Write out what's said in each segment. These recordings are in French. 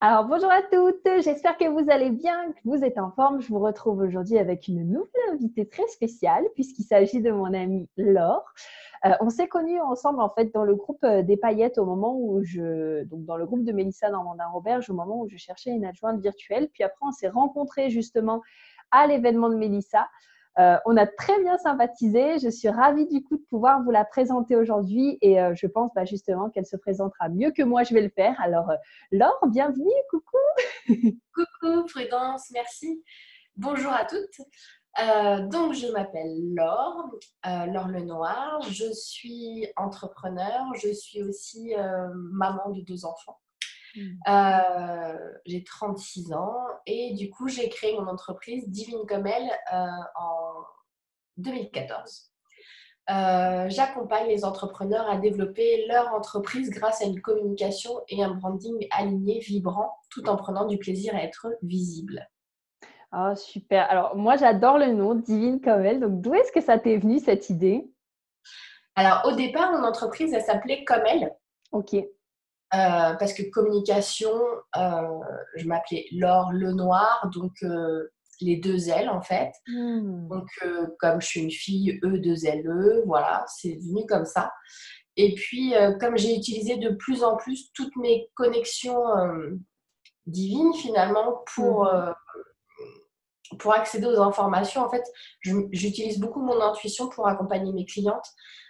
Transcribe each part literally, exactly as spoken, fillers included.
Alors, bonjour à toutes, j'espère que vous allez bien, que vous êtes en forme. Je vous retrouve aujourd'hui avec une nouvelle invitée très spéciale puisqu'il s'agit de mon amie Laure. Euh, on s'est connus ensemble en fait dans le groupe euh, des paillettes au moment où je, donc dans le groupe de Mélissa Normandin-Roberge au moment où je cherchais une adjointe virtuelle. Puis après, on s'est rencontrés justement à l'événement de Mélissa. Euh, on a très bien sympathisé. Je suis ravie du coup de pouvoir vous la présenter aujourd'hui et euh, je pense bah, justement qu'elle se présentera mieux que moi je vais le faire. Alors euh, Laure, bienvenue, coucou. Coucou Prudence, merci. Bonjour à toutes. Euh, donc, je m'appelle Laure, euh, Laure Lenoir. Je suis entrepreneur. Je suis aussi euh, maman de deux enfants. Euh, j'ai trente-six ans et du coup, j'ai créé mon entreprise Divine comme elle euh, en deux mille quatorze. Euh, j'accompagne les entrepreneurs à développer leur entreprise grâce à une communication et un branding aligné, vibrant, tout en prenant du plaisir à être visible. Oh, super. Alors, moi, j'adore le nom, Divine comme elle. Donc, d'où est-ce que ça t'est venu, cette idée? Alors, au départ, mon entreprise, elle s'appelait Comme elle, Ok. euh, parce que communication, euh, je m'appelais Laure Lenoir, donc euh, les deux L en fait. Hmm. Donc, euh, comme je suis une fille, E, deux L, E, voilà, c'est venu comme ça. Et puis, euh, comme j'ai utilisé de plus en plus toutes mes connexions euh, divines, finalement, pour, Mhm. euh, pour accéder aux informations, en fait, je- j'utilise beaucoup mon intuition pour accompagner mes clientes.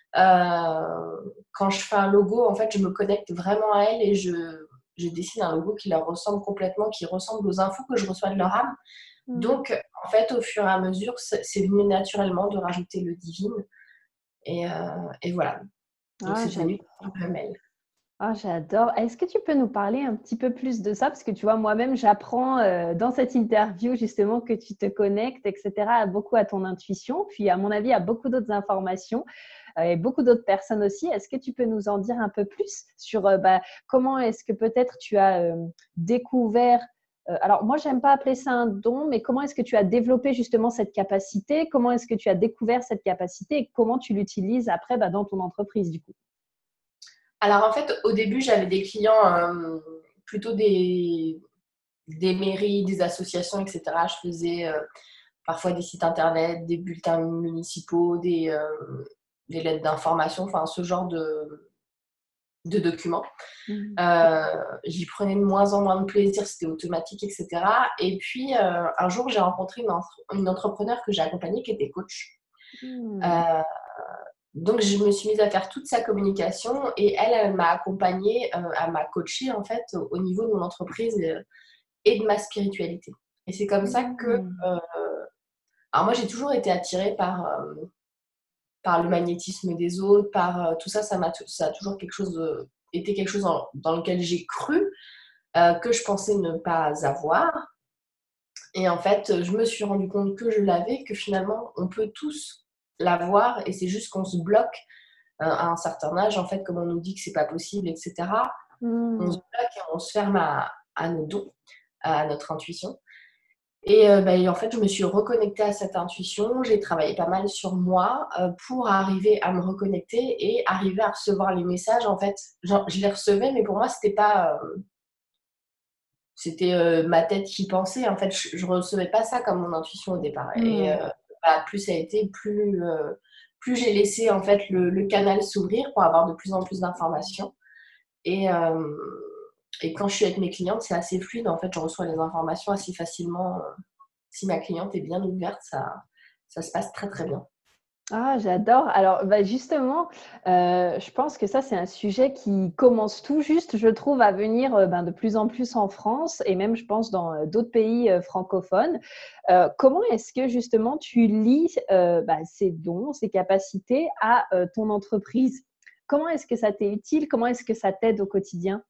Euh, quand je fais un logo, en fait, je me connecte vraiment à elles et je, je dessine un logo qui leur ressemble complètement, qui ressemble aux infos que je reçois de leur âme. Mhm. Donc, en fait, au fur et à mesure, c'est c'est venu naturellement de rajouter le divine. Et, euh, et voilà. Donc, Ah, c'est devenu j'adore. comme elle. Ah, j'adore. Est-ce que tu peux nous parler un petit peu plus de ça? Parce que tu vois, moi-même, j'apprends euh, dans cette interview justement que tu te connectes, et cetera, à beaucoup à ton intuition, puis à mon avis, à beaucoup d'autres informations euh, et beaucoup d'autres personnes aussi. Est-ce que tu peux nous en dire un peu plus sur euh, bah, comment est-ce que peut-être tu as euh, découvert, euh, alors moi, j'aime pas appeler ça un don, mais comment est-ce que tu as développé justement cette capacité? Comment est-ce que tu as découvert cette capacité et comment tu l'utilises après bah, dans ton entreprise du coup? Alors, en fait, au début, j'avais des clients euh, plutôt des, des mairies, des associations, et cetera. Je faisais euh, parfois des sites internet, des bulletins municipaux, des, euh, des lettres d'information, enfin ce genre de, de documents. Mhm. Euh, J'y prenais de moins en moins de plaisir, c'était automatique, et cetera. Et puis euh, un jour, j'ai rencontré une, entre- une entrepreneur que j'ai accompagnée qui était coach. Mhm. Euh, donc je me suis mise à faire toute sa communication et elle, elle m'a accompagnée, euh, elle m'a coachée en fait au, au niveau de mon entreprise euh, et de ma spiritualité. Et c'est comme ça que, Mhm. euh, alors moi j'ai toujours été attirée par, euh, par le magnétisme des autres, par euh, tout ça, ça, m'a, ça a toujours quelque chose de- été quelque chose dans, dans lequel j'ai cru, euh, que je pensais ne pas avoir. Et en fait, je me suis rendu compte que je l'avais, que finalement, on peut tous l'avoir, et c'est juste qu'on se bloque euh, à un certain âge, en fait, comme on nous dit que c'est pas possible, et cetera. On se Mhm. bloque et on se ferme à, à nos dons, à notre intuition. Et, euh, bah, et en fait, je me suis reconnectée à cette intuition. J'ai travaillé pas mal sur moi euh, pour arriver à me reconnecter et arriver à recevoir les messages. En fait, genre, je les recevais, mais pour moi, c'était pas, euh, c'était euh, ma tête qui pensait. En fait, je, je recevais pas ça comme mon intuition au départ. Et Mhm. euh, bah, plus ça a été, plus, euh, plus j'ai laissé en fait le, le canal s'ouvrir pour avoir de plus en plus d'informations. Et, euh, et quand je suis avec mes clientes, c'est assez fluide. En fait, je reçois les informations assez facilement. Si ma cliente est bien ouverte, ça, ça se passe très très bien. Ah, j'adore. Alors, bah, justement, heu, je pense que ça, c'est un sujet qui commence tout juste, je trouve, à venir, heu, ben, de plus en plus en France et même, je pense, dans, heu, d'autres pays, heu, francophones. Heu, comment est-ce que, justement, tu lis, heu, bah, ces dons, ces capacités à, heu, ton entreprise? Comment est-ce que ça t'est utile? Comment est-ce que ça t'aide au quotidien?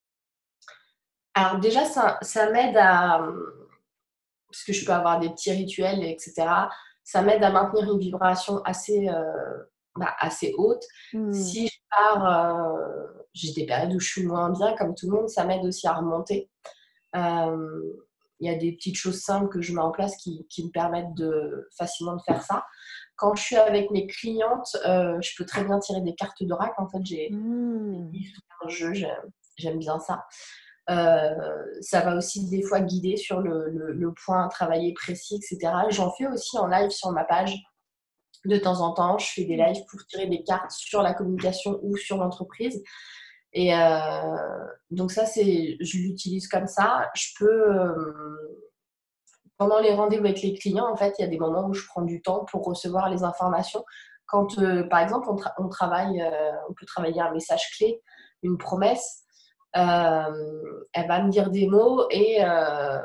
Alors déjà, ça, ça m'aide à, parce que je peux avoir des petits rituels, et cetera. Ça m'aide à maintenir une vibration assez, euh, bah, assez haute. Mmh. Si je pars, euh, j'ai des périodes où je suis moins bien, comme tout le monde, ça m'aide aussi à remonter. Euh, Il y a des petites choses simples que je mets en place qui, qui me permettent de facilement de faire ça. Quand je suis avec mes clientes, euh, je peux très bien tirer des cartes d'oracle. En fait, j'ai Mmh. un jeu, j'aime, j'aime bien ça. Euh, ça va aussi des fois guider sur le, le, le point à travailler précis, et cetera. J'en fais aussi en live sur ma page. De temps en temps, je fais des lives pour tirer des cartes sur la communication ou sur l'entreprise. Et euh, donc ça, c'est, je l'utilise comme ça. Je peux, euh, pendant les rendez-vous avec les clients, en fait, il y a des moments où je prends du temps pour recevoir les informations. Quand, euh, par exemple, on, tra- on travaille, euh, on peut travailler un message clé, une promesse, euh, elle va me dire des mots et euh,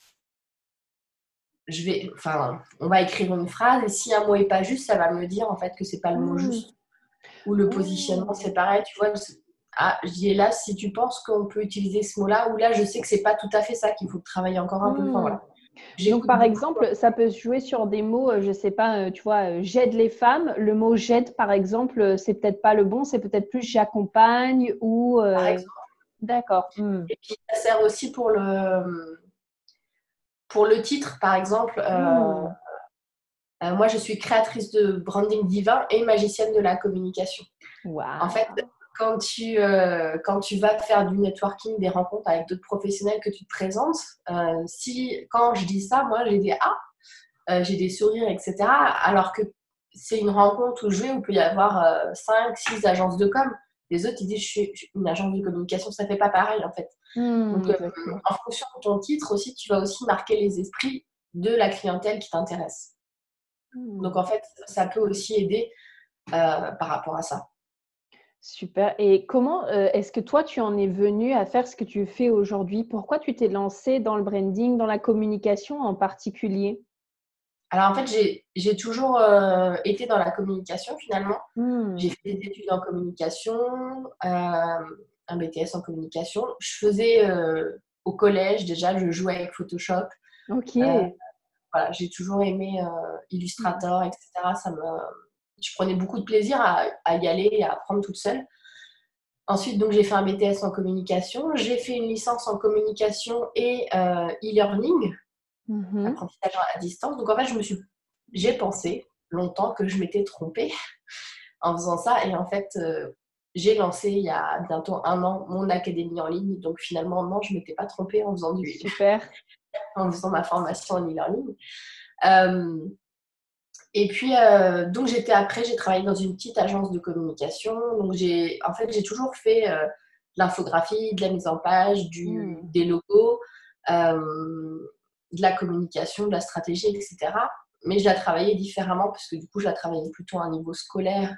je vais, enfin, on va écrire une phrase et si un mot est pas juste, ça va me dire en fait que c'est pas le mot Hmm. juste. Ou le positionnement, Oh. c'est pareil, tu vois. Ah, je dis là, si tu penses qu'on peut utiliser ce mot-là, ou là, je sais que c'est pas tout à fait ça, qu'il faut travailler encore un peu. Enfin, Hmm. voilà. Donc, J'écoute par beaucoup. exemple, ça peut se jouer sur des mots, euh, je sais pas, euh, tu vois, euh, j'aide les femmes. Le mot j'aide, par exemple, euh, c'est peut-être pas le bon, c'est peut-être plus j'accompagne ou. Par euh, exemple. D'accord. Hmm. Et puis, ça sert aussi pour le, pour le titre, par exemple. Euh, Hmm. euh, moi, je suis créatrice de branding divin et magicienne de la communication. En fait, Waouh. quand tu, euh, quand tu vas faire du networking, des rencontres avec d'autres professionnels que tu te présentes, euh, si, quand je dis ça, moi, j'ai des ah, euh, j'ai des sourires, et cetera. Alors que c'est une rencontre où je vais, où il peut y avoir euh, cinq, six agences de com. Les autres, ils disent, je suis, je suis une agence de communication, ça fait pas pareil, en fait. Hmm, Donc, euh, exactement. en fonction de ton titre aussi, tu vas aussi marquer les esprits de la clientèle qui t'intéresse. Donc, Hmm. en fait, ça peut aussi aider euh, par rapport à ça. Super. Et comment euh, est-ce que toi, tu en es venu à faire ce que tu fais aujourd'hui? Pourquoi tu t'es lancé dans le branding, dans la communication en particulier? Alors, en fait, j'ai, j'ai toujours euh, été dans la communication, finalement. J'ai Hmm. fait des études en communication, euh, un B T S en communication. Je faisais euh, au collège déjà, je jouais avec Photoshop. Ok. Euh, voilà, j'ai toujours aimé euh, Hmm. Illustrator, et cetera. Ça me, je prenais beaucoup de plaisir à, à y aller et à apprendre toute seule. Ensuite, donc, j'ai fait un B T S en communication. J'ai fait une licence en communication et euh, e-learning, Mhm. apprentissage à distance. Donc, en fait, je me suis, j'ai pensé longtemps que je m'étais trompée en faisant ça. Et en fait, euh, j'ai lancé il y a bientôt un an mon académie en ligne. Donc finalement, non, je ne m'étais pas trompée en faisant, du, Super. en faisant ma formation en e-learning. Euh, et puis, euh, donc j'étais après, j'ai travaillé dans une petite agence de communication. Donc j'ai, en fait, j'ai toujours fait euh, de l'infographie, de la mise en page, du, Hmm. des logos, euh, de la communication, de la stratégie, et cetera. Mais je la travaillais différemment parce que du coup, je la travaillais plutôt à un niveau scolaire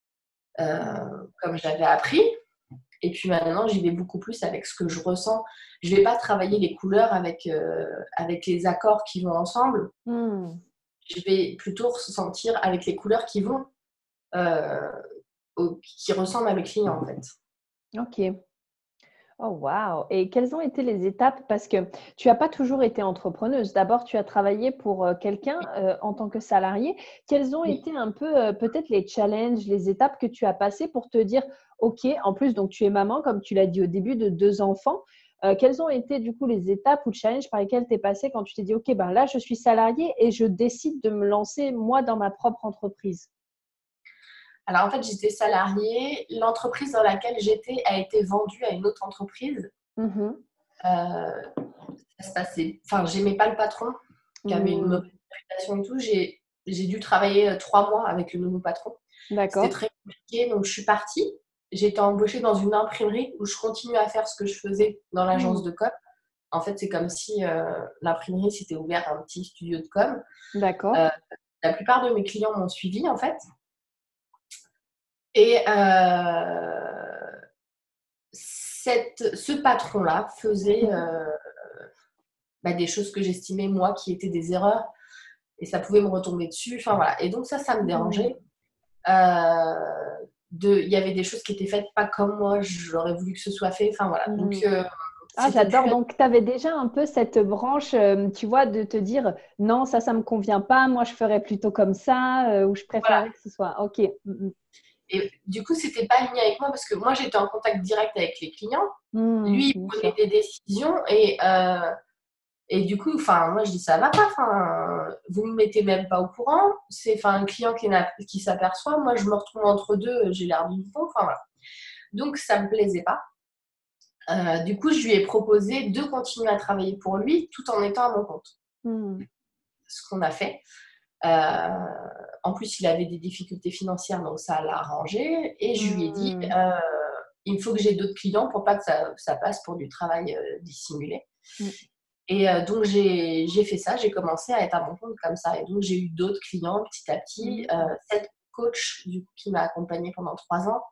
euh, comme je l'avais appris. Et puis maintenant, j'y vais beaucoup plus avec ce que je ressens. Je ne vais pas travailler les couleurs avec, euh, avec les accords qui vont ensemble. Hmm. Je vais plutôt ressentir avec les couleurs qui vont, euh, au- qui ressemblent à mes clients en fait. Ok. Oh waouh! Et quelles ont été les étapes? Parce que tu n'as pas toujours été entrepreneuse. D'abord, tu as travaillé pour euh, quelqu'un euh, en tant que salarié. Quels ont Oui. été un peu euh, peut-être les challenges, les étapes que tu as passées pour te dire, OK, en plus, donc tu es maman, comme tu l'as dit au début, de deux enfants. Euh, quelles ont été du coup les étapes ou challenges par lesquels tu es passée quand tu t'es dit, OK, ben là, je suis salariée et je décide de me lancer moi dans ma propre entreprise? Alors en fait, j'étais salariée. L'entreprise dans laquelle j'étais a été vendue à une autre entreprise. Mhm. Euh, ça se passait. Enfin, j'aimais pas le patron qui avait une Hmm. mauvaise réputation et tout. J'ai, j'ai dû travailler euh, trois mois avec le nouveau patron. C'était D'accord. très compliqué, donc je suis partie. J'ai été embauchée dans une imprimerie où je continue à faire ce que je faisais dans Hmm. l'agence de com. En fait, c'est comme si euh, l'imprimerie s'était ouvert un petit studio de com. D'accord. Euh, la plupart de mes clients m'ont suivi, en fait. Et euh, cette, ce patron-là faisait Mhm. euh, bah, des choses que j'estimais, moi, qui étaient des erreurs. Et ça pouvait me retomber dessus. Enfin, voilà. Et donc, ça, ça me Hmm. dérangeait. Euh, de, il y avait des choses qui étaient faites pas comme moi, j'aurais voulu que ce soit fait. Enfin, voilà. Donc, Hmm. euh, Ah, c'était j'adore. plus. Donc, tu avais déjà un peu cette branche, euh, tu vois, de te dire, non, ça, ça me convient pas, moi, je ferais plutôt comme ça, euh, ou je Voilà. préférerais que ce soit. OK. Mm, Et du coup, c'était pas aligné avec moi parce que moi, j'étais en contact direct avec les clients. mm. Mm, Lui, il bien prenait sûr. des décisions et, euh, et du coup, enfin, moi, je dis, ça va pas. Enfin, vous me mettez même pas au courant. C'est enfin, un client qui, n'a- qui s'aperçoit. Moi, je me retrouve entre deux, j'ai l'air d'une con. Enfin, voilà. Donc, ça me plaisait pas. Euh, du coup, je lui ai proposé de continuer à travailler pour lui tout en étant à mon compte. Mmh. Ce qu'on a fait. Euh, en plus, il avait des difficultés financières, donc ça l'a arrangé. Et je lui ai dit, Mmh. euh, il faut que j'ai d'autres clients pour pas que ça, ça passe pour du travail euh, dissimulé. Mmh. Et euh, donc, j'ai, j'ai fait ça, j'ai commencé à être à mon compte comme ça. Et donc, j'ai eu d'autres clients petit à petit. Mmh. Euh, cette coach, du coup, qui m'a accompagnée pendant trois ans.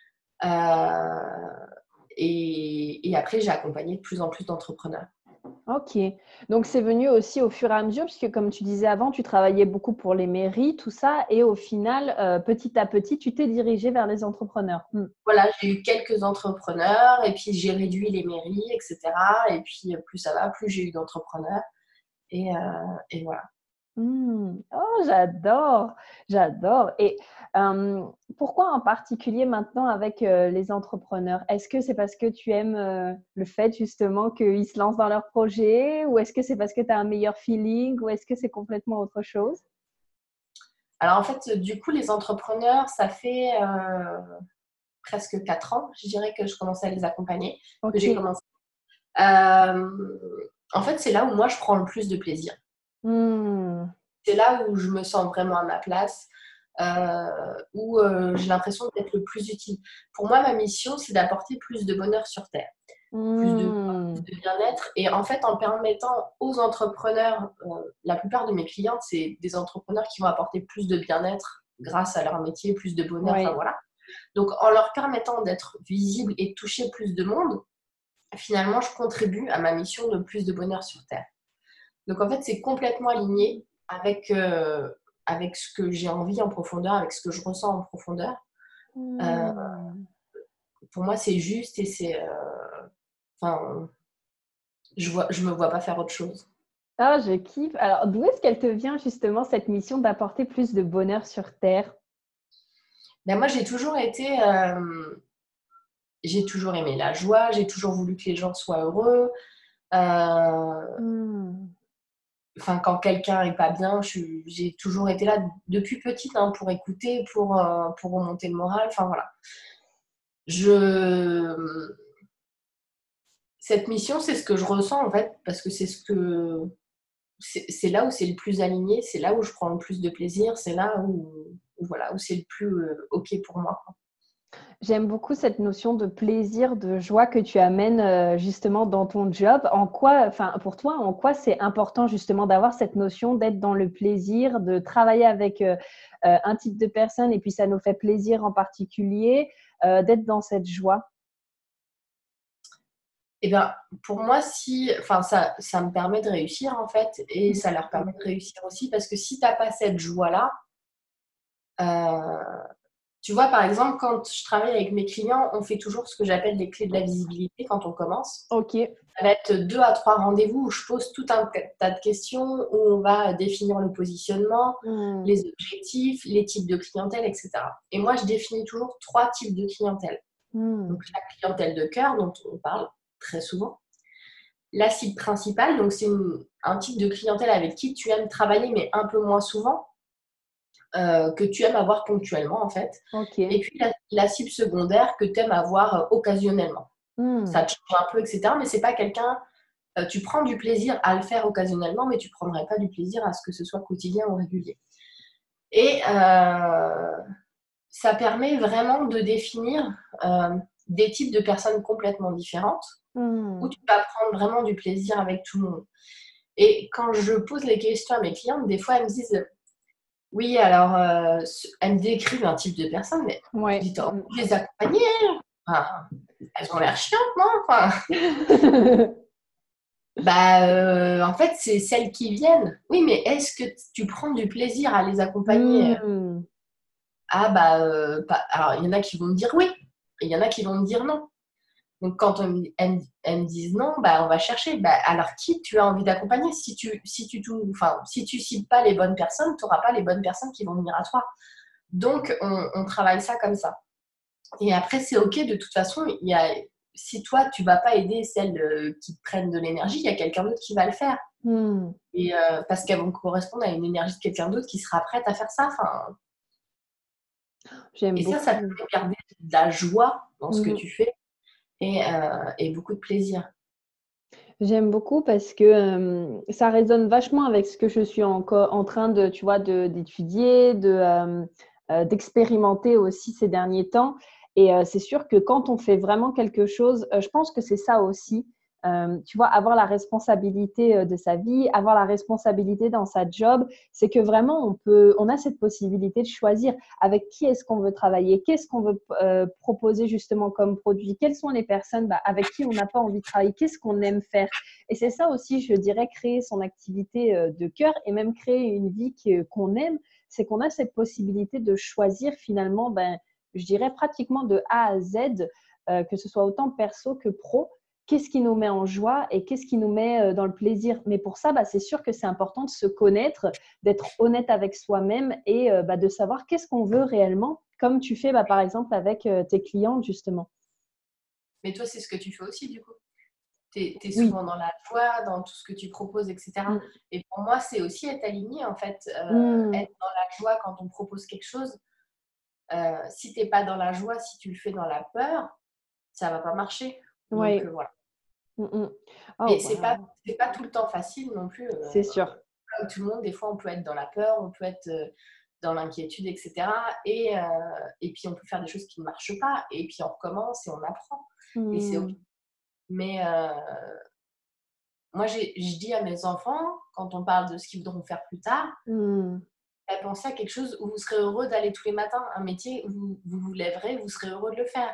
Euh, et, et après, j'ai accompagné de plus en plus d'entrepreneurs. Ok. Donc, c'est venu aussi au fur et à mesure, puisque comme tu disais avant, tu travaillais beaucoup pour les mairies, tout ça. Et au final, euh, petit à petit, tu t'es dirigé vers les entrepreneurs. Mmh. Voilà, j'ai eu quelques entrepreneurs et puis j'ai réduit les mairies, et cetera. Et puis, plus ça va, plus j'ai eu d'entrepreneurs. Et, euh, et voilà. Mmh. Oh, j'adore, j'adore. Et euh, pourquoi en particulier maintenant avec euh, les entrepreneurs? Est-ce que c'est parce que tu aimes euh, le fait justement qu'ils se lancent dans leurs projets ou est-ce que c'est parce que tu as un meilleur feeling ou est-ce que c'est complètement autre chose? Alors, en fait, du coup, les entrepreneurs, ça fait euh, presque quatre ans, je dirais, que je commençais à les accompagner, que j'ai Ok. commencé. Euh, en fait, c'est là où moi, je prends le plus de plaisir. Mmh. C'est là où je me sens vraiment à ma place, euh, où euh, j'ai l'impression d'être le plus utile. Pour moi, ma mission, c'est d'apporter plus de bonheur sur Terre, plus de joie, plus Mmh. de bien-être. Et en fait, en permettant aux entrepreneurs, euh, la plupart de mes clientes, c'est des entrepreneurs qui vont apporter plus de bien-être grâce à leur métier, plus de bonheur, enfin Oui. voilà. Donc, en leur permettant d'être visibles et de toucher plus de monde, finalement, je contribue à ma mission de plus de bonheur sur Terre. Donc, en fait, c'est complètement aligné avec, euh, avec ce que j'ai envie en profondeur, avec ce que je ressens en profondeur. Euh, Mmh. pour moi, c'est juste et c'est... euh, Enfin, je vois, je me vois pas faire autre chose. Ah, je kiffe. Alors, d'où est-ce qu'elle te vient justement cette mission d'apporter plus de bonheur sur Terre? Ben, moi, j'ai toujours été... euh, j'ai toujours aimé la joie, j'ai toujours voulu que les gens soient heureux. Euh, Mmh. Enfin, quand quelqu'un est pas bien, je suis- j'ai toujours été là depuis petite hein, pour écouter, pour, euh, pour remonter le moral. Enfin, voilà. Je... Cette mission, c'est ce que je ressens en fait, parce que c'est ce que c'est c'est là où c'est le plus aligné, c'est là où je prends le plus de plaisir, c'est là où, où voilà, où c'est le plus euh, OK pour moi, quoi. J'aime beaucoup cette notion de plaisir, de joie que tu amènes euh, justement dans ton job. En quoi, enfin, pour toi, en quoi c'est important justement d'avoir cette notion d'être dans le plaisir, de travailler avec euh, euh, un type de personne et puis ça nous fait plaisir en particulier, euh, d'être dans cette joie. Et ben, pour moi, si, enfin, ça, ça me permet de réussir en fait, et ça leur permet de réussir aussi, parce que si t'as pas cette joie-là, euh, tu vois, par exemple, quand je travaille avec mes clients, on fait toujours ce que j'appelle les clés de la visibilité quand on commence. Ok. Ça va être deux à trois rendez-vous où je pose tout un tas de questions, où on va définir le positionnement, Hmm. les objectifs, les types de clientèle, et cetera. Et moi, je définis toujours trois types de clientèle. Hmm. Donc, la clientèle de cœur, dont on parle très souvent. La cible principale, donc c'est une- un type de clientèle avec qui tu aimes travailler, mais un peu moins souvent, euh, que tu aimes avoir ponctuellement, en fait. Ok. Et puis, la, la cible secondaire que tu aimes avoir euh, occasionnellement. Hmm. Ça te change un peu, et cetera. Mais c'est pas quelqu'un... euh, tu prends du plaisir à le faire occasionnellement, mais tu ne prendrais pas du plaisir à ce que ce soit quotidien ou régulier. Et euh, ça permet vraiment de définir euh, des types de personnes complètement différentes où Hmm. tu vas prendre vraiment du plaisir avec tout le monde. Et quand je pose les questions à mes clientes, des fois elles me disent oui, alors euh, elles me décrivent un type de personne, mais je Ouais. dis t'as Hmm. envie de les accompagner, enfin, elles ont l'air chiantes, non enfin, bah, euh, en fait, c'est celles qui viennent. Oui, mais est-ce que tu prends du plaisir à les accompagner? Hmm. Ah, bah, euh, pas... alors, il y en a qui vont me dire oui, et il y en a qui vont me dire non. Donc, quand on, elles, elles me disent non, bah, on va chercher. Bah, alors, qui tu as envie d'accompagner? Si tu si tu, tout, enfin, si tu cibles pas les bonnes personnes, tu n'auras pas les bonnes personnes qui vont venir à toi. Donc, on, on travaille ça comme ça. Et après, c'est OK, de toute façon, il y a, si toi, tu ne vas pas aider celles euh, qui prennent de l'énergie, il y a quelqu'un d'autre qui va le faire. Hmm. Et euh, parce qu'elles vont correspondre à une énergie de quelqu'un d'autre qui sera prête à faire ça. Enfin, J'aime et ça, ça beaucoup. permet de garder de la joie dans ce que Hmm. tu fais. et, euh, et beaucoup de plaisir. J'aime beaucoup parce que euh, ça résonne vachement avec ce que je suis encore en train de, tu vois, de, d'étudier, de, euh, euh, d'expérimenter aussi ces derniers temps. Et euh, c'est sûr que quand on fait vraiment quelque chose, euh, je pense que c'est ça aussi. Euh, tu vois, avoir la responsabilité euh, de sa vie, avoir la responsabilité dans sa job, c'est que vraiment on peut, on a cette possibilité de choisir avec qui est-ce qu'on veut travailler, qu'est-ce qu'on veut euh, proposer justement comme produit, quelles sont les personnes bah, avec qui on n'a pas envie de travailler, qu'est-ce qu'on aime faire. Et c'est ça aussi, je dirais, créer son activité euh, de cœur et même créer une vie que, qu'on aime, c'est qu'on a cette possibilité de choisir finalement, ben, je dirais pratiquement de A à Z, euh, que ce soit autant perso que pro, qu'est-ce qui nous met en joie et qu'est-ce qui nous met euh, dans le plaisir. Mais pour ça, bah, c'est sûr que c'est important de se connaître, d'être honnête avec soi-même et euh, bah, de savoir qu'est-ce qu'on veut réellement, comme tu fais bah, par exemple avec euh, tes clientes justement. Mais toi, c'est ce que tu fais aussi, du coup. Tu es Oui. souvent dans la joie, dans tout ce que tu proposes, et cetera. Mm. Et pour moi, c'est aussi être aligné, en fait. Euh, Mm. être dans la joie quand on propose quelque chose. Euh, si tu n'es pas dans la joie, si tu le fais dans la peur, ça ne va pas marcher. Donc, euh, Oui. voilà. Mm, mm. Oh, Mais ce n'est bah, pas, c'est pas tout le temps facile non plus. Euh, c'est sûr. comme tout le monde, des fois, on peut être dans la peur, on peut être euh, dans l'inquiétude, et cetera. Et, euh, et puis, on peut faire des choses qui ne marchent pas. Et puis, on recommence et on apprend. Et c'est OK. Mm. Mais euh, moi, j'ai, je dis à mes enfants, quand on parle de ce qu'ils voudront faire plus tard, Mm. bah, pensez à quelque chose où vous serez heureux d'aller tous les matins. Un métier où vous vous, vous lèverez, vous serez heureux de le faire.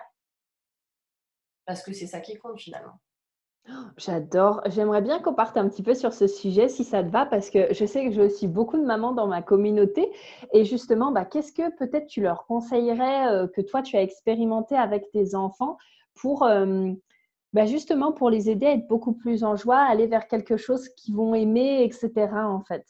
Parce que c'est ça qui compte finalement. J'adore. J'aimerais bien qu'on parte un petit peu sur ce sujet, si ça te va, parce que je sais que j'ai aussi beaucoup de mamans dans ma communauté. Et justement, bah, qu'est-ce que peut-être tu leur conseillerais euh, que toi, tu as expérimenté avec tes enfants pour, euh, bah, justement, pour les aider à être beaucoup plus en joie, aller vers quelque chose qu'ils vont aimer, et cetera en fait.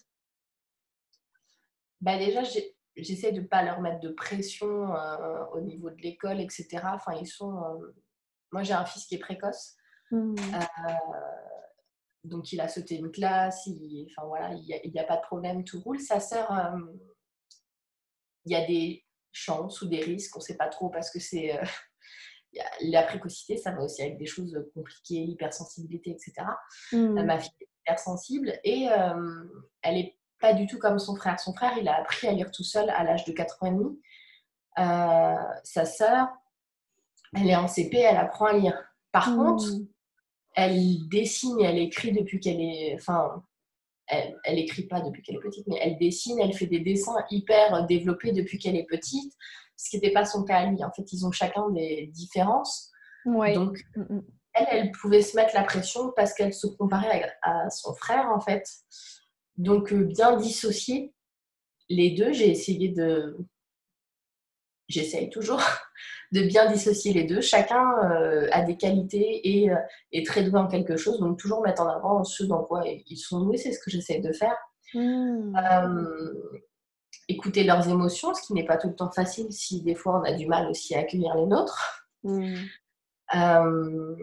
Bah, déjà, j'ai, j'essaie de ne pas leur mettre de pression euh, au niveau de l'école, et cetera. Enfin, ils sont. Euh, Moi, j'ai un fils qui est précoce. Mm. Euh, donc, il a sauté une classe. Il, enfin, voilà, il n'y a, il y a pas de problème, tout roule. Sa sœur, euh, il y a des chances ou des risques, on ne sait pas trop parce que c'est. Euh, la précocité, ça va aussi avec des choses compliquées, hypersensibilité, et cetera. Euh, Mm. ma fille est hypersensible et euh, elle n'est pas du tout comme son frère. Son frère, il a appris à lire tout seul à l'âge de quatre ans et demi. Euh, sa sœur, elle est en C P, elle apprend à lire. Par contre, Mm. elle dessine et elle écrit depuis qu'elle est. Enfin, elle, elle écrit pas depuis qu'elle est petite, mais elle dessine, elle fait des dessins hyper développés depuis qu'elle est petite, ce qui n'était pas son cas à lui. En fait, ils ont chacun des différences. Ouais. Donc, Mm, mm. elle, elle pouvait se mettre la pression parce qu'elle se comparait à, à son frère, en fait. Donc, euh, bien dissocier les deux, j'ai essayé de. J'essaye toujours de bien dissocier les deux. Chacun euh, a des qualités et euh, est très doué en quelque chose, donc toujours mettre en avant ce dans quoi ils sont doués, c'est ce que j'essaie de faire. Mm. Euh, Écouter leurs émotions, ce qui n'est pas tout le temps facile si des fois on a du mal aussi à accueillir les nôtres. Mm. Euh,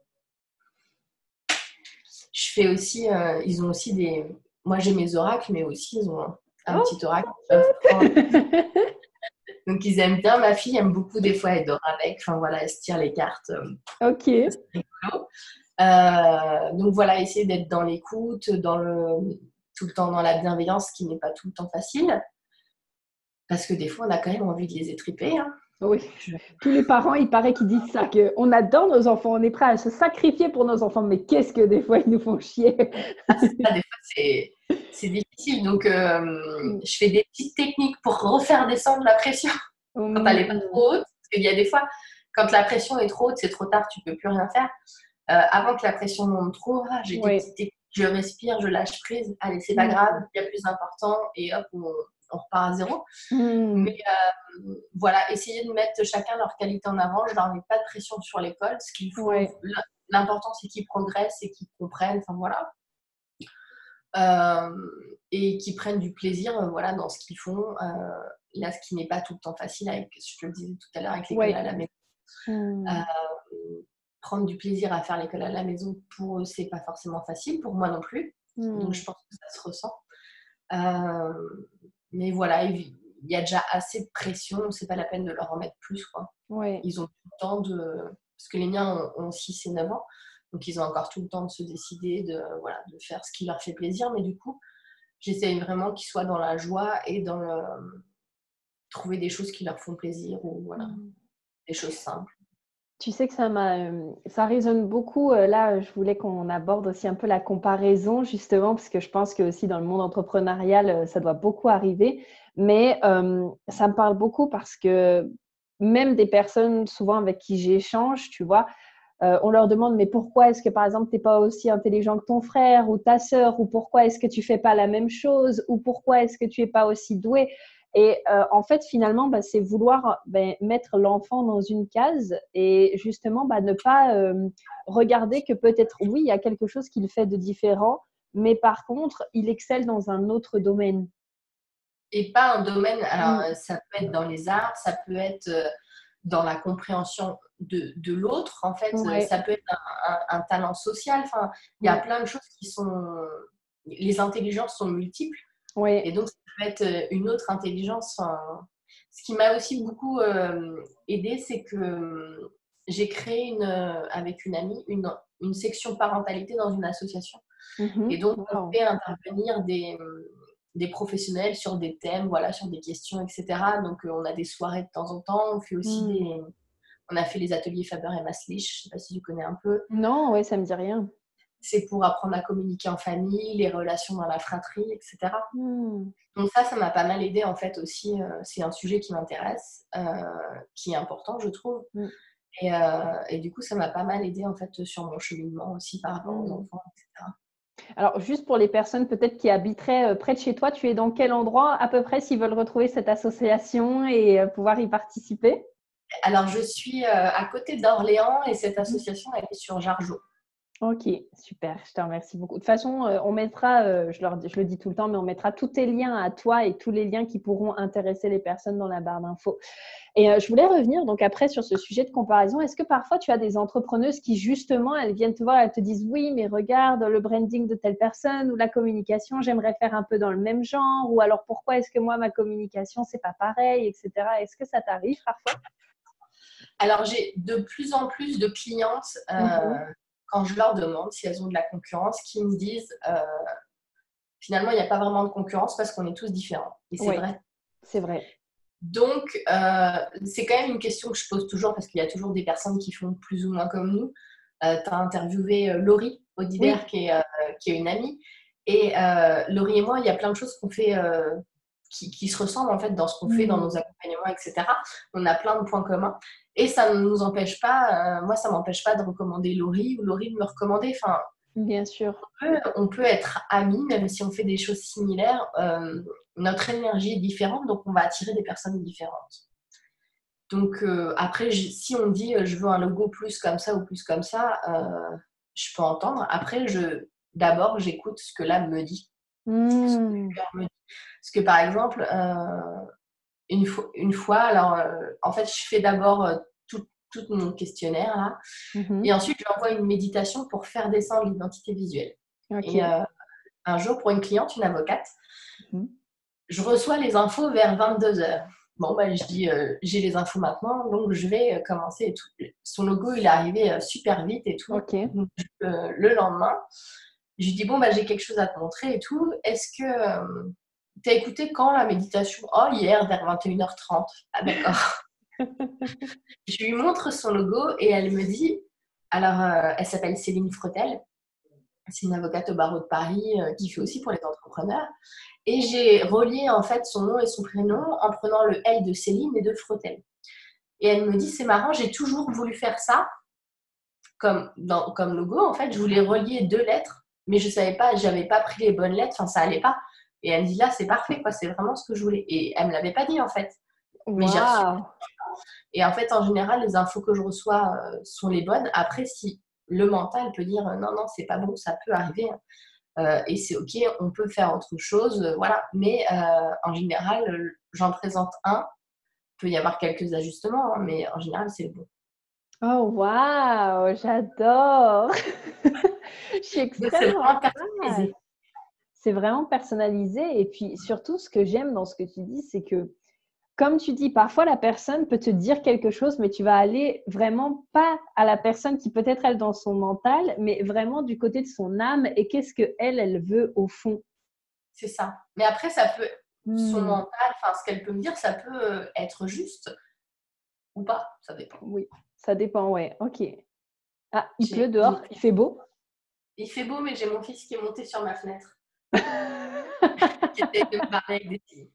je fais aussi, euh, ils ont aussi des. Moi j'ai mes oracles, mais aussi ils ont un, un Oh, petit oracle trop qu'ils peuvent prendre. chouette. Donc ils aiment bien. Ma fille aime beaucoup des fois, elle dort avec. Enfin voilà, elle se tire les cartes. Euh, Ok. c'est rigolo. Euh, donc voilà, essayer d'être dans l'écoute, dans le, tout le temps dans la bienveillance, ce qui n'est pas tout le temps facile. Parce que des fois, on a quand même envie de les étriper. Hein. Oui, Je... tous les parents, il paraît qu'ils disent ça, qu'on adore nos enfants, on est prêt à se sacrifier pour nos enfants, mais qu'est-ce que des fois ils nous font chier. Ah, c'est ça, des fois, c'est, c'est difficile. Donc, euh, je fais des petites techniques pour refaire descendre la pression quand elle n'est pas Hum, trop haute. Parce qu'il y a des fois, quand la pression est trop haute, c'est trop tard, tu ne peux plus rien faire. Euh, avant que la pression monte trop, ah, j'ai des oui. petites techniques, je respire, je lâche prise. Allez, c'est pas grave, Hum, il y a plus important et hop, on, on repart à zéro. Mais hum, euh, voilà, essayer de mettre chacun leur qualité en avant. Je leur mets pas de pression sur l'école. Ce qu'il faut, ouais. l'important, c'est qu'ils progressent et qu'ils comprennent. Enfin voilà. Euh, et qui prennent du plaisir euh, voilà, dans ce qu'ils font. Euh, là, ce qui n'est pas tout le temps facile, avec, je te le disais tout à l'heure, avec l'école à Ouais. la maison. Euh, Hum, Prendre du plaisir à faire l'école à la maison, pour eux, c'est pas forcément facile, pour moi non plus. Donc, je hum, pense que ça se ressent. Euh, mais voilà, il y a déjà assez de pression, c'est pas la peine de leur en mettre plus. Quoi. ouais. Ils ont tout le temps de. parce que les miens ont, ont six et neuf ans, donc ils ont encore tout le temps de se décider, de, voilà, de faire ce qui leur fait plaisir. Mais du coup, j'essaye vraiment qu'ils soient dans la joie et dans le, trouver des choses qui leur font plaisir ou voilà, Mmh. des choses simples. Tu sais que ça m'a, hem, ça résonne beaucoup, heu, là, je voulais qu'on aborde aussi un peu la comparaison justement, parce que je pense que aussi dans le monde entrepreneurial, heu, ça doit beaucoup arriver. Mais, hem, ça me parle beaucoup parce que même des personnes souvent avec qui j'échange, tu vois? Heu, on leur demande: «Mais pourquoi est-ce que par exemple tu es pas aussi intelligent que ton frère ou ta sœur? Ou pourquoi est-ce que tu fais pas la même chose? Ou pourquoi est-ce que tu es pas aussi doué?» Et heu, en fait, finalement, bah, c'est vouloir, beh, mettre l'enfant dans une case et justement, bah, ne pas, hem, regarder que peut-être, oui, il y a quelque chose qu'il fait de différent, mais par contre, il excelle dans un autre domaine. Et pas un domaine, alors Mmh. euh, ça peut être dans les arts, ça peut être euh, dans la compréhension de, de l'autre, en fait, euh, Ouais, ça peut être un, un- un talent social, enfin, il y a ouais, plein de choses qui sont, les intelligences sont multiples, et ouais. donc ça peut être euh, une autre intelligence. Enfin, ce qui m'a aussi beaucoup euh, aidé, c'est que euh, j'ai créé une, euh, avec une amie une, une section parentalité dans une association. Et Mmh. donc, on Waouh! fait intervenir des, des professionnels sur des thèmes, voilà, sur des questions, et cetera. Donc, euh, on a des soirées de temps en temps. On fait aussi Mmh. des... On a fait les ateliers Faber et Maslich, je ne sais pas si tu connais un peu. Non, ouais, ça me dit rien. C'est pour apprendre à communiquer en famille, les relations dans la fratrie, et cetera. Mmh. Donc ça, ça m'a pas mal aidé en fait aussi. Euh, c'est un sujet qui m'intéresse, euh, qui est important, je trouve. Mmh. Et, euh, et du coup, ça m'a pas mal aidé en fait sur mon cheminement aussi par rapport aux Mmh. enfants, et cetera. Alors, juste pour les personnes peut-être qui habiteraient, heu, près de chez toi, tu es dans quel endroit à peu près s'ils veulent retrouver cette association et heu, pouvoir y participer? Alors, je suis euh, à côté d'Orléans et cette Mmh. association, elle est sur Jargeau. OK, super, je te remercie beaucoup. De toute façon, heu, on mettra, heu, je leur dis je le dis tout le temps, mais on mettra tous tes liens à toi et tous les liens qui pourront intéresser les personnes dans la barre d'infos. Et heu, je voulais revenir donc après sur ce sujet de comparaison. Est-ce que parfois tu as des entrepreneuses qui justement, elles viennent te voir, elles te disent: «Oui, mais regarde le branding de telle personne ou la communication, j'aimerais faire un peu dans le même genre» ou alors: «Pourquoi est-ce que moi ma communication c'est pas pareil?» et cetera. Est-ce que ça t'arrive parfois? Alors, j'ai de plus en plus de clientes, Mmh. euh, quand je leur demande si elles ont de la concurrence, qui me disent euh, finalement, il n'y a pas vraiment de concurrence parce qu'on est tous différents. Et c'est Oui, vrai. c'est vrai. Donc, euh, c'est quand même une question que je pose toujours parce qu'il y a toujours des personnes qui font plus ou moins comme nous. Euh, tu as interviewé euh, Laurie Audider, Oui. qui est, euh, qui est une amie. Et euh, Laurie et moi, il y a plein de choses qu'on fait euh, qui, qui se ressemblent en fait dans ce qu'on fait, dans Mmh. nos accompagnements, et cetera. On a plein de points communs. Et ça ne nous empêche pas, euh, moi, ça ne m'empêche pas de recommander Laurie ou Laurie de me recommander. Enfin, Bien sûr. on peut être amis, même si on fait des choses similaires. Euh, notre énergie est différente, donc on va attirer des personnes différentes. Donc euh, après, je, si on me dit euh, je veux un logo plus comme ça ou plus comme ça, euh, je peux entendre. Après, je, d'abord, j'écoute ce que l'âme me dit. Ce que le Mmh. cœur me dit. Parce que par exemple, euh, une, fois, une fois, alors euh, en fait, je fais d'abord euh, tout, tout mon questionnaire là, Mmh. et ensuite, je lui envoie une méditation pour faire descendre l'identité visuelle. Et OK. euh, un jour, pour une cliente, une avocate, Mmh. je reçois les infos vers vingt-deux heures. Bon, bah, je dis, euh, j'ai les infos maintenant, donc je vais euh, commencer et tout. Son logo, il est arrivé euh, super vite et tout. OK. Donc, euh, le lendemain, je lui dis, bon, bah, j'ai quelque chose à te montrer et tout. Est-ce que euh, tu as écouté quand la méditation? Oh, hier, vers vingt et une heures trente. Ah, d'accord. Je lui montre son logo et elle me dit, alors, euh, elle s'appelle Céline Fretel. C'est une avocate au barreau de Paris euh, qui fait Mmh. aussi pour les entrepreneurs. Et j'ai relié en fait son nom et son prénom en prenant le L de Céline et de Fretel. Et elle me dit, c'est marrant, j'ai toujours voulu faire ça comme, dans, comme logo. En fait, je voulais relier deux lettres, mais je savais pas, j'avais pas pris les bonnes lettres, enfin ça allait pas. Et elle me dit, là, c'est parfait, quoi, c'est vraiment ce que je voulais. Et elle me l'avait pas dit en fait. Mais j'ai reçu. Waouh! Et en fait, en général, les infos que je reçois euh, sont les bonnes. Après, si le mental peut dire, euh, non, non, c'est pas bon, ça peut arriver. Hein. Euh, et c'est ok, on peut faire autre chose, euh, voilà. Mais euh, en général, euh, j'en présente un. Il peut y avoir quelques ajustements, hein, mais en général, c'est le bon. Oh waouh! J'adore! Je suis Donc, c'est extrêmement vraiment fan. personnalisé. C'est vraiment personnalisé et puis surtout ce que j'aime dans ce que tu dis, c'est que comme tu dis, parfois la personne peut te dire quelque chose, mais tu vas aller vraiment pas à la personne qui peut-être elle dans son mental, mais vraiment du côté de son âme et qu'est-ce que elle, elle veut au fond. C'est ça. Mais après, ça peut, son Hmm. mental, enfin, ce qu'elle peut me dire, ça peut être juste ou pas, ça dépend. Oui, ça dépend, ouais. Ok. Ah, il pleut J'ai, dehors, j'ai- il fait beau. Il fait beau, mais j'ai mon fils qui est monté sur ma fenêtre, qui essaie de me parler avec des signes.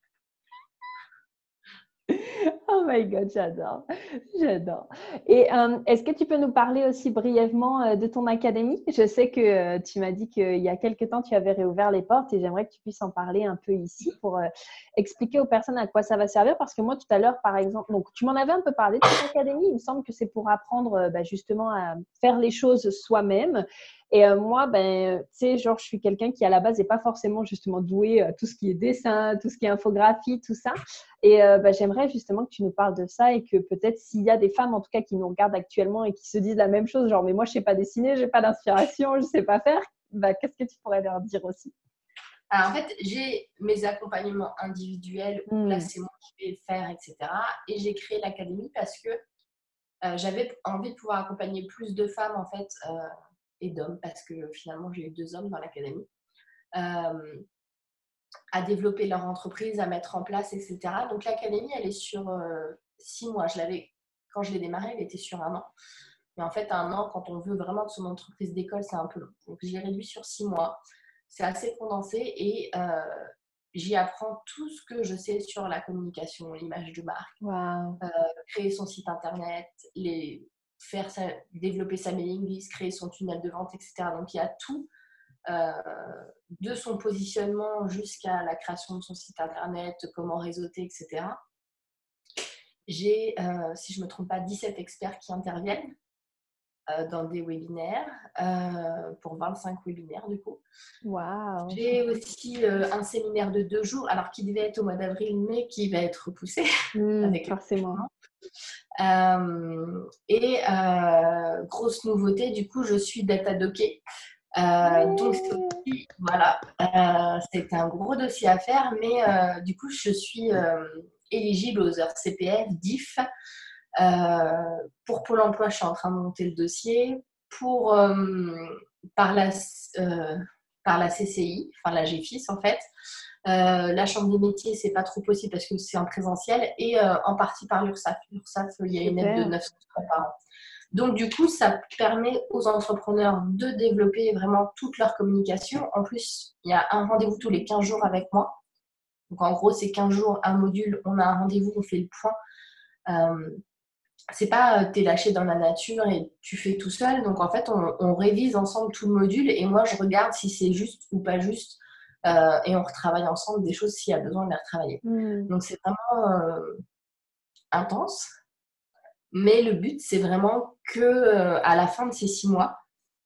Oh my God, j'adore, j'adore. Et euh, est-ce que tu peux nous parler aussi brièvement euh, de ton académie? Je sais que euh, tu m'as dit qu'il y a quelque temps, tu avais réouvert les portes et j'aimerais que tu puisses en parler un peu ici pour euh, expliquer aux personnes à quoi ça va servir. Parce que moi, tout à l'heure, par exemple, donc tu m'en avais un peu parlé de ton académie. Il me semble que c'est pour apprendre euh, bah, justement à faire les choses soi-même. Et euh, moi, ben, tu sais, genre, je suis quelqu'un qui à la base n'est pas forcément justement doué à tout ce qui est dessin, tout ce qui est infographie, tout ça. Et euh, bah, j'aimerais justement que tu nous parles de ça et que peut-être s'il y a des femmes en tout cas qui nous regardent actuellement et qui se disent la même chose, genre mais moi je sais pas dessiner, j'ai pas d'inspiration, je sais pas faire, bah, qu'est-ce que tu pourrais leur dire aussi? Alors, en fait, j'ai mes accompagnements individuels où là, Hmm. c'est moi qui vais faire, et cetera. Et j'ai créé l'académie parce que euh, j'avais envie de pouvoir accompagner plus de femmes, en fait, euh, et d'hommes, parce que finalement, j'ai eu deux hommes dans l'académie, euh, à développer leur entreprise, à mettre en place, et cetera. Donc, l'académie, elle est sur euh, six mois. Je l'avais, quand je l'ai démarrée, elle était sur un an. Mais en fait, un an, quand on veut vraiment que son entreprise décolle, c'est un peu long. Donc, j'ai réduit sur six mois. C'est assez condensé et euh, j'y apprends tout ce que je sais sur la communication, l'image de marque, Wow. euh, créer son site internet, les, faire sa, développer sa mailing list, créer son tunnel de vente, et cetera. Donc, il y a tout euh, de son positionnement jusqu'à la création de son site internet, comment réseauter, et cetera. J'ai, euh, si je ne me trompe pas, dix-sept experts qui interviennent euh, dans des webinaires, euh, pour vingt-cinq webinaires du coup. Wow. J'ai aussi euh, un séminaire de deux jours, alors qui devait être au mois d'avril, mais qui va être repoussé Hmm, avec le forcément. euh, et euh, grosse nouveauté, du coup, je suis data dockée. Euh, donc, c'est Ouais. aussi, voilà, euh, c'est un gros dossier à faire, mais euh, du coup, je suis euh, éligible aux heures C P F, D I F. Euh, pour Pôle emploi, je suis en train de monter le dossier. Pour, euh, par, la, euh, par la C C I, enfin la G F I S en fait. Euh, la Chambre des métiers, c'est pas trop possible parce que c'est en présentiel et euh, en partie par l'URSSAF. L'URSSAF, il y a une aide de Super. neuf cents euros par an. Donc, du coup, ça permet aux entrepreneurs de développer vraiment toute leur communication. En plus, il y a un rendez-vous tous les quinze jours avec moi. Donc, en gros, c'est quinze jours, un module, on a un rendez-vous, on fait le point. Euh, c'est pas euh, t'es lâché dans la nature et tu fais tout seul. Donc, en fait, on, on révise ensemble tout le module et moi, je regarde si c'est juste ou pas juste euh, et on retravaille ensemble des choses s'il y a besoin de les retravailler. Hmm. Donc, c'est vraiment euh, intense. Mais le but, c'est vraiment que euh, à la fin de ces six mois,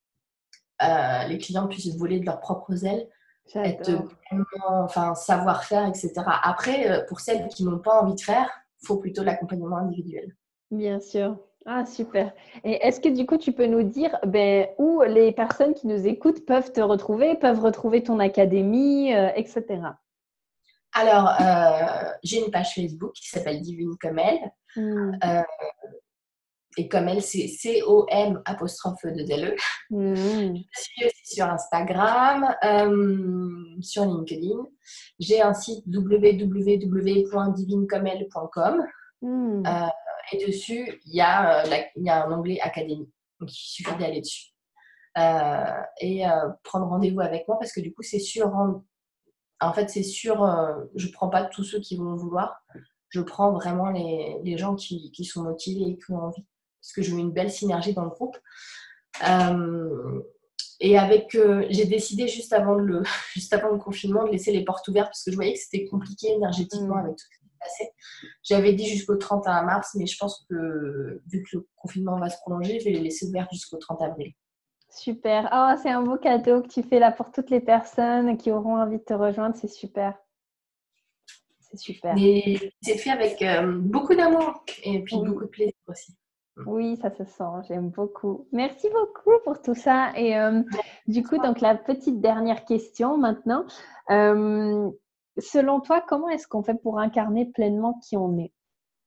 euh, les clients puissent voler de leurs propres ailes, être J'adore. pleinement, enfin, savoir-faire, et cetera. Après, euh, pour celles qui n'ont pas envie de faire, il faut plutôt l'accompagnement individuel. Bien sûr. Ah, super. Et est-ce que du coup, tu peux nous dire ben, où les personnes qui nous écoutent peuvent te retrouver, peuvent retrouver ton académie, euh, et cetera. Alors, euh, j'ai une page Facebook qui s'appelle Divine comme elle. Hmm. Euh, et comme elle, c'est C O M apostrophe de L E. Hmm. Je suis aussi sur Instagram, euh, sur LinkedIn. J'ai un site w w w point divine comme elle point com. Hmm. Euh, et dessus, il y, a, euh, la, il y a un onglet Académie. Donc, il suffit d'aller dessus. Euh, et euh, prendre rendez-vous avec moi parce que du coup, c'est sûr. En fait, c'est sûr, euh, je ne prends pas tous ceux qui vont vouloir. Je prends vraiment les, les gens qui, qui sont motivés et qui ont envie. Parce que je veux une belle synergie dans le groupe. Euh, et avec, euh, j'ai décidé juste avant, le, juste avant le confinement de laisser les portes ouvertes parce que je voyais que c'était compliqué énergétiquement Hmm. avec tout ce qui se passait. J'avais dit jusqu'au trente et un mars, mais je pense que vu que le confinement va se prolonger, je vais les laisser ouverts jusqu'au trente avril. Super. Oh, c'est un beau cadeau que tu fais là pour toutes les personnes qui auront envie de te rejoindre. C'est super. C'est super. Mais c'est fait avec euh, beaucoup d'amour et puis beaucoup Oui. de plaisir aussi. Oui, ça se sent. J'aime beaucoup. Merci beaucoup pour tout ça. Et euh, du coup, donc la petite dernière question maintenant. Euh, selon toi, comment est-ce qu'on fait pour incarner pleinement qui on est?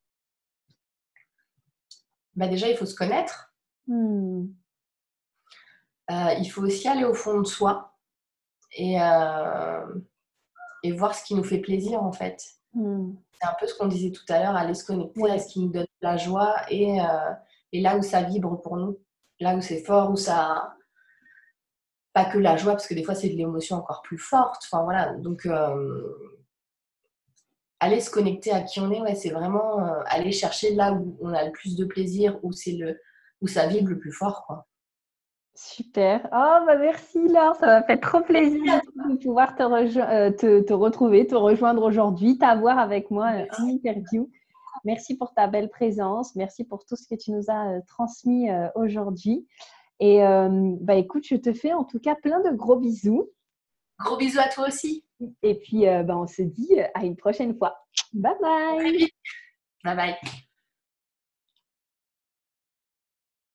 Bah déjà, il faut se connaître. Hmm. Euh, il faut aussi aller au fond de soi et, euh, et voir ce qui nous fait plaisir en fait. Hmm. C'est un peu ce qu'on disait tout à l'heure, aller se connecter Ouais. à ce qui nous donne de la joie et, euh, et là où ça vibre pour nous, là où c'est fort, où ça... Pas que la joie, parce que des fois, c'est de l'émotion encore plus forte. Enfin, voilà. Donc, euh, aller se connecter à qui on est, ouais, c'est vraiment euh, aller chercher là où on a le plus de plaisir, où, c'est le, où ça vibre le plus fort, quoi. Super. Oh, bah merci Laure, ça m'a fait trop plaisir de pouvoir te, rejo- euh, te, te retrouver, te rejoindre aujourd'hui, t'avoir avec moi euh, en interview. Merci pour ta belle présence, merci pour tout ce que tu nous as euh, transmis euh, aujourd'hui. Et euh, bah écoute, je te fais en tout cas plein de gros bisous. Gros bisous à toi aussi. Et puis, euh, bah, on se dit à une prochaine fois. Bye À très bye. vite. Bye bye.